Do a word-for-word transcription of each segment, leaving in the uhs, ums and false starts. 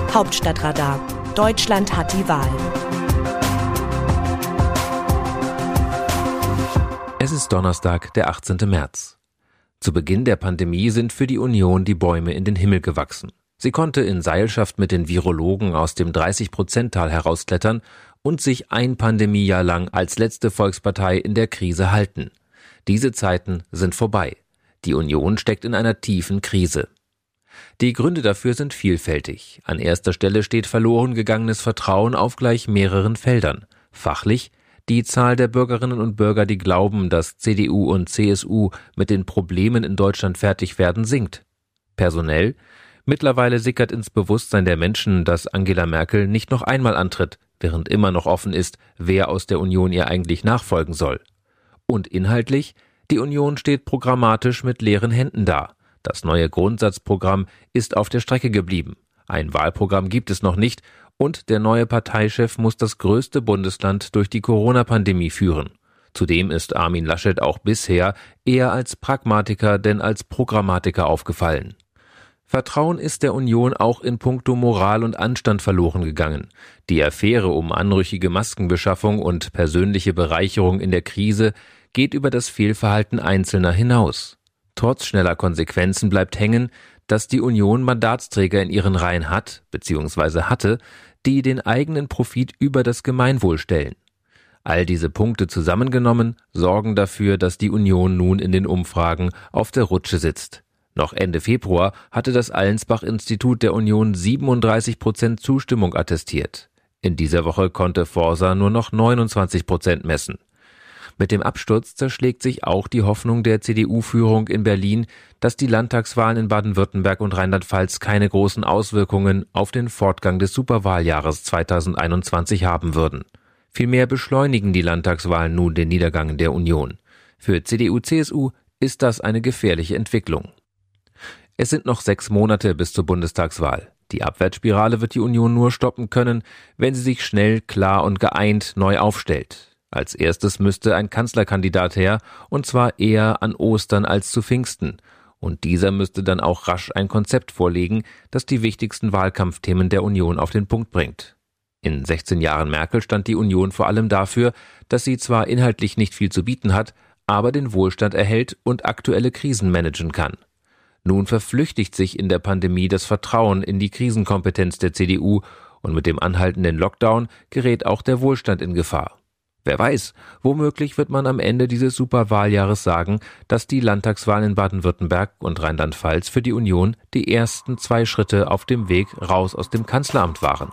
Hauptstadtradar. Deutschland hat die Wahl. Es ist Donnerstag, der achtzehnte März. Zu Beginn der Pandemie sind für die Union die Bäume in den Himmel gewachsen. Sie konnte in Seilschaft mit den Virologen aus dem dreißig-Prozent-Tal herausklettern und sich ein Pandemiejahr lang als letzte Volkspartei in der Krise halten. Diese Zeiten sind vorbei. Die Union steckt in einer tiefen Krise. Die Gründe dafür sind vielfältig. An erster Stelle steht verloren gegangenes Vertrauen auf gleich mehreren Feldern. Fachlich: die Zahl der Bürgerinnen und Bürger, die glauben, dass C D U und C S U mit den Problemen in Deutschland fertig werden, sinkt. Personell: mittlerweile sickert ins Bewusstsein der Menschen, dass Angela Merkel nicht noch einmal antritt, während immer noch offen ist, wer aus der Union ihr eigentlich nachfolgen soll. Und inhaltlich: die Union steht programmatisch mit leeren Händen da. Das neue Grundsatzprogramm ist auf der Strecke geblieben. Ein Wahlprogramm gibt es noch nicht und der neue Parteichef muss das größte Bundesland durch die Corona-Pandemie führen. Zudem ist Armin Laschet auch bisher eher als Pragmatiker denn als Programmatiker aufgefallen. Vertrauen ist der Union auch in puncto Moral und Anstand verloren gegangen. Die Affäre um anrüchige Maskenbeschaffung und persönliche Bereicherung in der Krise geht über das Fehlverhalten Einzelner hinaus. Trotz schneller Konsequenzen bleibt hängen, dass die Union Mandatsträger in ihren Reihen hat bzw. hatte, die den eigenen Profit über das Gemeinwohl stellen. All diese Punkte zusammengenommen sorgen dafür, dass die Union nun in den Umfragen auf der Rutsche sitzt. Noch Ende Februar hatte das Allensbach-Institut der Union siebenunddreißig Prozent Zustimmung attestiert. In dieser Woche konnte Forsa nur noch neunundzwanzig Prozent messen. Mit dem Absturz zerschlägt sich auch die Hoffnung der C D U-Führung in Berlin, dass die Landtagswahlen in Baden-Württemberg und Rheinland-Pfalz keine großen Auswirkungen auf den Fortgang des Superwahljahres zweitausendeinundzwanzig haben würden. Vielmehr beschleunigen die Landtagswahlen nun den Niedergang der Union. Für C D U C S U ist das eine gefährliche Entwicklung. Es sind noch sechs Monate bis zur Bundestagswahl. Die Abwärtsspirale wird die Union nur stoppen können, wenn sie sich schnell, klar und geeint neu aufstellt. Als erstes müsste ein Kanzlerkandidat her, und zwar eher an Ostern als zu Pfingsten. Und dieser müsste dann auch rasch ein Konzept vorlegen, das die wichtigsten Wahlkampfthemen der Union auf den Punkt bringt. In sechzehn Jahren Merkel stand die Union vor allem dafür, dass sie zwar inhaltlich nicht viel zu bieten hat, aber den Wohlstand erhält und aktuelle Krisen managen kann. Nun verflüchtigt sich in der Pandemie das Vertrauen in die Krisenkompetenz der C D U und mit dem anhaltenden Lockdown gerät auch der Wohlstand in Gefahr. Wer weiß, womöglich wird man am Ende dieses Superwahljahres sagen, dass die Landtagswahlen in Baden-Württemberg und Rheinland-Pfalz für die Union die ersten zwei Schritte auf dem Weg raus aus dem Kanzleramt waren.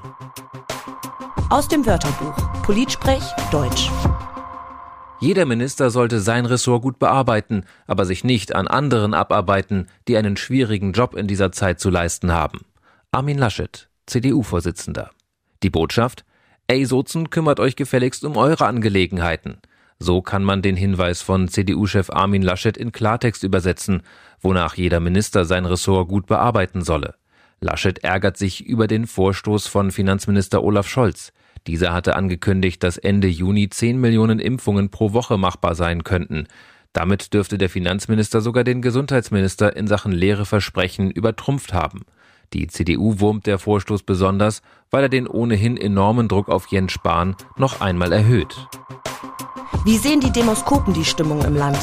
Aus dem Wörterbuch Politsprech Deutsch. Jeder Minister sollte sein Ressort gut bearbeiten, aber sich nicht an anderen abarbeiten, die einen schwierigen Job in dieser Zeit zu leisten haben. Armin Laschet, C D U-Vorsitzender. Die Botschaft: Ey Sozen, kümmert euch gefälligst um eure Angelegenheiten. So kann man den Hinweis von C D U-Chef Armin Laschet in Klartext übersetzen, wonach jeder Minister sein Ressort gut bearbeiten solle. Laschet ärgert sich über den Vorstoß von Finanzminister Olaf Scholz. Dieser hatte angekündigt, dass Ende Juni zehn Millionen Impfungen pro Woche machbar sein könnten. Damit dürfte der Finanzminister sogar den Gesundheitsminister in Sachen leere Versprechen übertrumpft haben. Die C D U wurmt der Vorstoß besonders, weil er den ohnehin enormen Druck auf Jens Spahn noch einmal erhöht. Wie sehen die Demoskopen die Stimmung im Land?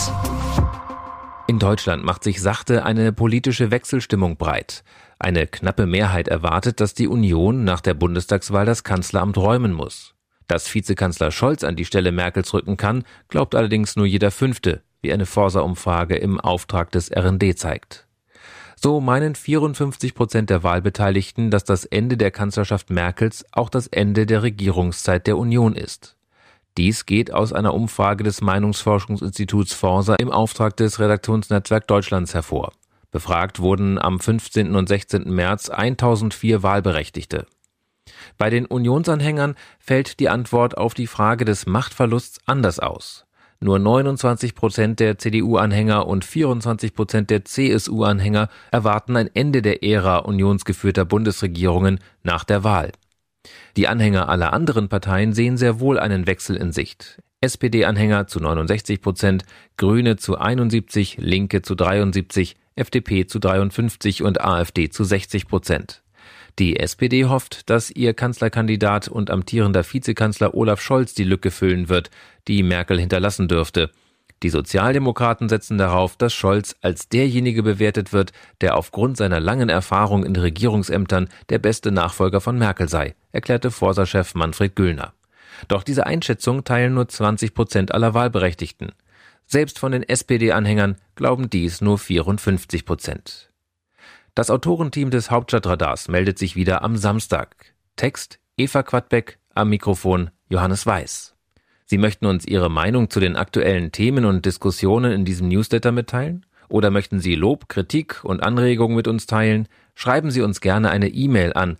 In Deutschland macht sich sachte eine politische Wechselstimmung breit. Eine knappe Mehrheit erwartet, dass die Union nach der Bundestagswahl das Kanzleramt räumen muss. Dass Vizekanzler Scholz an die Stelle Merkels rücken kann, glaubt allerdings nur jeder Fünfte, wie eine Forsa-Umfrage im Auftrag des R and D zeigt. So meinen vierundfünfzig Prozent der Wahlbeteiligten, dass das Ende der Kanzlerschaft Merkels auch das Ende der Regierungszeit der Union ist. Dies geht aus einer Umfrage des Meinungsforschungsinstituts Forsa im Auftrag des Redaktionsnetzwerk Deutschlands hervor. Befragt wurden am fünfzehnten und sechzehnten März eintausendvier Wahlberechtigte. Bei den Unionsanhängern fällt die Antwort auf die Frage des Machtverlusts anders aus. Nur neunundzwanzig Prozent der C D U-Anhänger und vierundzwanzig Prozent der C S U-Anhänger erwarten ein Ende der Ära unionsgeführter Bundesregierungen nach der Wahl. Die Anhänger aller anderen Parteien sehen sehr wohl einen Wechsel in Sicht. S P D-Anhänger zu neunundsechzig Prozent, Grüne zu einundsiebzig, Linke zu dreiundsiebzig, F D P zu dreiundfünfzig und AfD zu sechzig Prozent. Die S P D hofft, dass ihr Kanzlerkandidat und amtierender Vizekanzler Olaf Scholz die Lücke füllen wird, die Merkel hinterlassen dürfte. Die Sozialdemokraten setzen darauf, dass Scholz als derjenige bewertet wird, der aufgrund seiner langen Erfahrung in Regierungsämtern der beste Nachfolger von Merkel sei, erklärte Forsa-Chef Manfred Güllner. Doch diese Einschätzung teilen nur zwanzig Prozent aller Wahlberechtigten. Selbst von den S P D-Anhängern glauben dies nur vierundfünfzig Prozent. Das Autorenteam des Hauptstadtradars meldet sich wieder am Samstag. Text Eva Quadbeck, am Mikrofon Johannes Weiß. Sie möchten uns Ihre Meinung zu den aktuellen Themen und Diskussionen in diesem Newsletter mitteilen? Oder möchten Sie Lob, Kritik und Anregungen mit uns teilen? Schreiben Sie uns gerne eine E-Mail an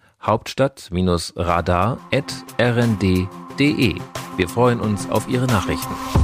hauptstadt-radar at r n d punkt d e. Wir freuen uns auf Ihre Nachrichten.